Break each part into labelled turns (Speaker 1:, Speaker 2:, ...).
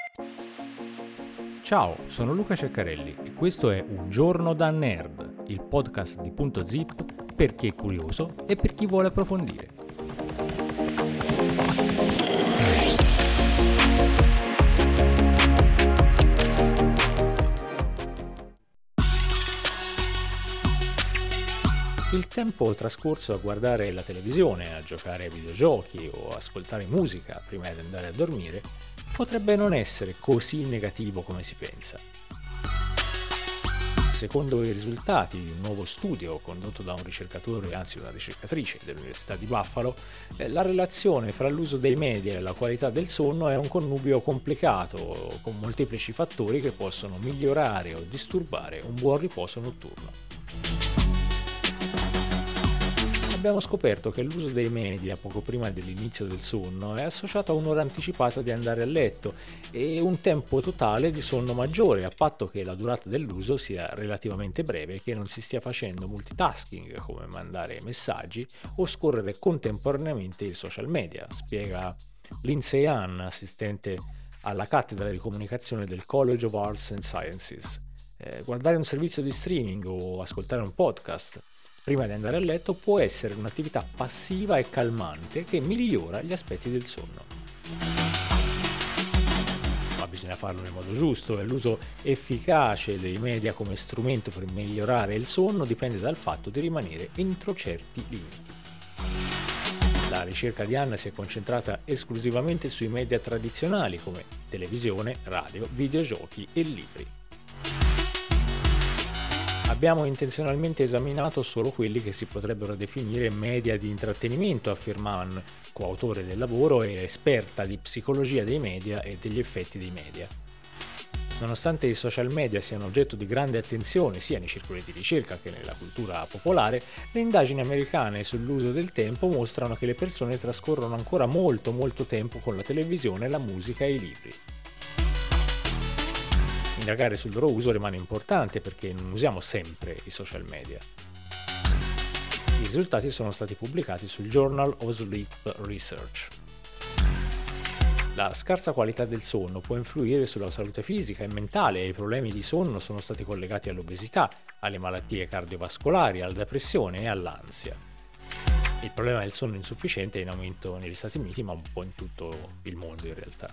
Speaker 1: Ciao, sono Luca Ceccarelli e questo è Un giorno da nerd, il podcast di Punto Zip per chi è curioso e per chi vuole approfondire. Il tempo trascorso a guardare la televisione, a giocare ai videogiochi o ascoltare musica prima di andare a dormire potrebbe non essere così negativo come si pensa. Secondo i risultati di un nuovo studio condotto da un ricercatore, anzi una ricercatrice dell'Università di Buffalo, la relazione fra l'uso dei media e la qualità del sonno è un connubio complicato, con molteplici fattori che possono migliorare o disturbare un buon riposo notturno. Abbiamo scoperto che l'uso dei media poco prima dell'inizio del sonno è associato a un'ora anticipata di andare a letto e un tempo totale di sonno maggiore, a patto che la durata dell'uso sia relativamente breve e che non si stia facendo multitasking come mandare messaggi o scorrere contemporaneamente i social media, spiega Lindsay Ahn, assistente alla cattedra di comunicazione del College of Arts and Sciences. Guardare un servizio di streaming o ascoltare un podcast prima di andare a letto può essere un'attività passiva e calmante che migliora gli aspetti del sonno. Ma bisogna farlo nel modo giusto e l'uso efficace dei media come strumento per migliorare il sonno dipende dal fatto di rimanere entro certi limiti. La ricerca di Anna si è concentrata esclusivamente sui media tradizionali come televisione, radio, videogiochi e libri. Abbiamo intenzionalmente esaminato solo quelli che si potrebbero definire media di intrattenimento, afferma Ahn, coautore del lavoro e esperta di psicologia dei media e degli effetti dei media. Nonostante i social media siano oggetto di grande attenzione sia nei circoli di ricerca che nella cultura popolare, le indagini americane sull'uso del tempo mostrano che le persone trascorrono ancora molto tempo con la televisione, la musica e i libri. Indagare sul loro uso rimane importante perché non usiamo sempre i social media. I risultati sono stati pubblicati sul Journal of Sleep Research. La scarsa qualità del sonno può influire sulla salute fisica e mentale e i problemi di sonno sono stati collegati all'obesità, alle malattie cardiovascolari, alla depressione e all'ansia. Il problema del sonno insufficiente è in aumento negli Stati Uniti, ma un po' in tutto il mondo in realtà.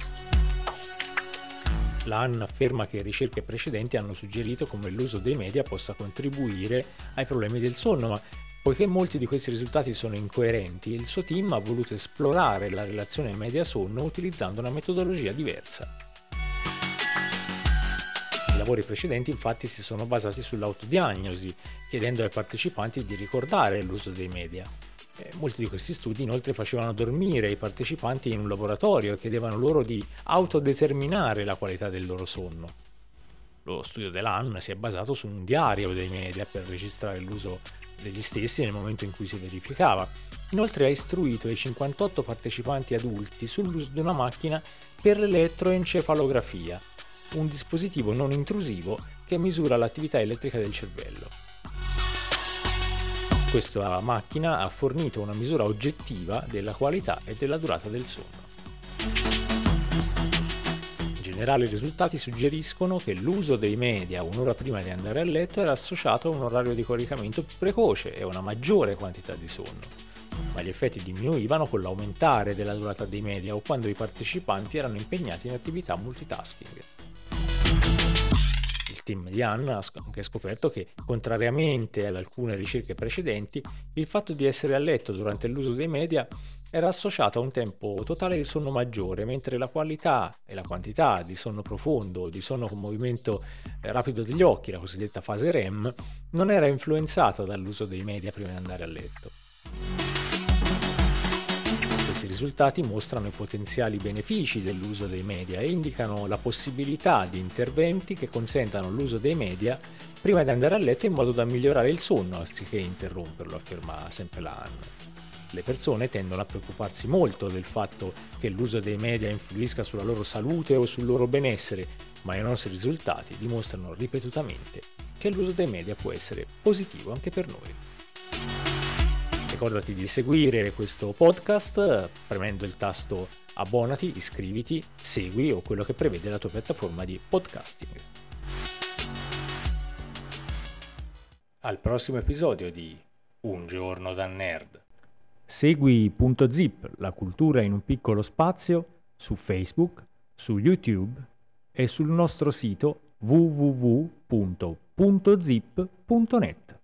Speaker 1: L'Ann afferma che ricerche precedenti hanno suggerito come l'uso dei media possa contribuire ai problemi del sonno, ma poiché molti di questi risultati sono incoerenti, il suo team ha voluto esplorare la relazione media-sonno utilizzando una metodologia diversa. I lavori precedenti infatti si sono basati sull'autodiagnosi, chiedendo ai partecipanti di ricordare l'uso dei media. Molti di questi studi inoltre facevano dormire i partecipanti in un laboratorio e chiedevano loro di autodeterminare la qualità del loro sonno. Lo studio dell'Ann si è basato su un diario dei media per registrare l'uso degli stessi nel momento in cui si verificava. Inoltre ha istruito i 58 partecipanti adulti sull'uso di una macchina per l'elettroencefalografia, un dispositivo non intrusivo che misura l'attività elettrica del cervello. Questa macchina ha fornito una misura oggettiva della qualità e della durata del sonno. In generale i risultati suggeriscono che l'uso dei media un'ora prima di andare a letto era associato a un orario di coricamento più precoce e a una maggiore quantità di sonno, ma gli effetti diminuivano con l'aumentare della durata dei media o quando i partecipanti erano impegnati in attività multitasking. Il team di Ahn ha anche scoperto che, contrariamente ad alcune ricerche precedenti, il fatto di essere a letto durante l'uso dei media era associato a un tempo totale di sonno maggiore, mentre la qualità e la quantità di sonno profondo, di sonno con movimento rapido degli occhi, la cosiddetta fase REM, non era influenzata dall'uso dei media prima di andare a letto. Questi risultati mostrano i potenziali benefici dell'uso dei media e indicano la possibilità di interventi che consentano l'uso dei media prima di andare a letto in modo da migliorare il sonno anziché interromperlo, afferma sempre la Ahn. Le persone tendono a preoccuparsi molto del fatto che l'uso dei media influisca sulla loro salute o sul loro benessere, ma i nostri risultati dimostrano ripetutamente che l'uso dei media può essere positivo anche per noi. Ricordati di seguire questo podcast premendo il tasto Abbonati, iscriviti, segui o quello che prevede la tua piattaforma di podcasting. Al prossimo episodio di Un giorno da nerd. Segui Punto Zip, la cultura in un piccolo spazio, su Facebook, su YouTube e sul nostro sito www.puntozip.net.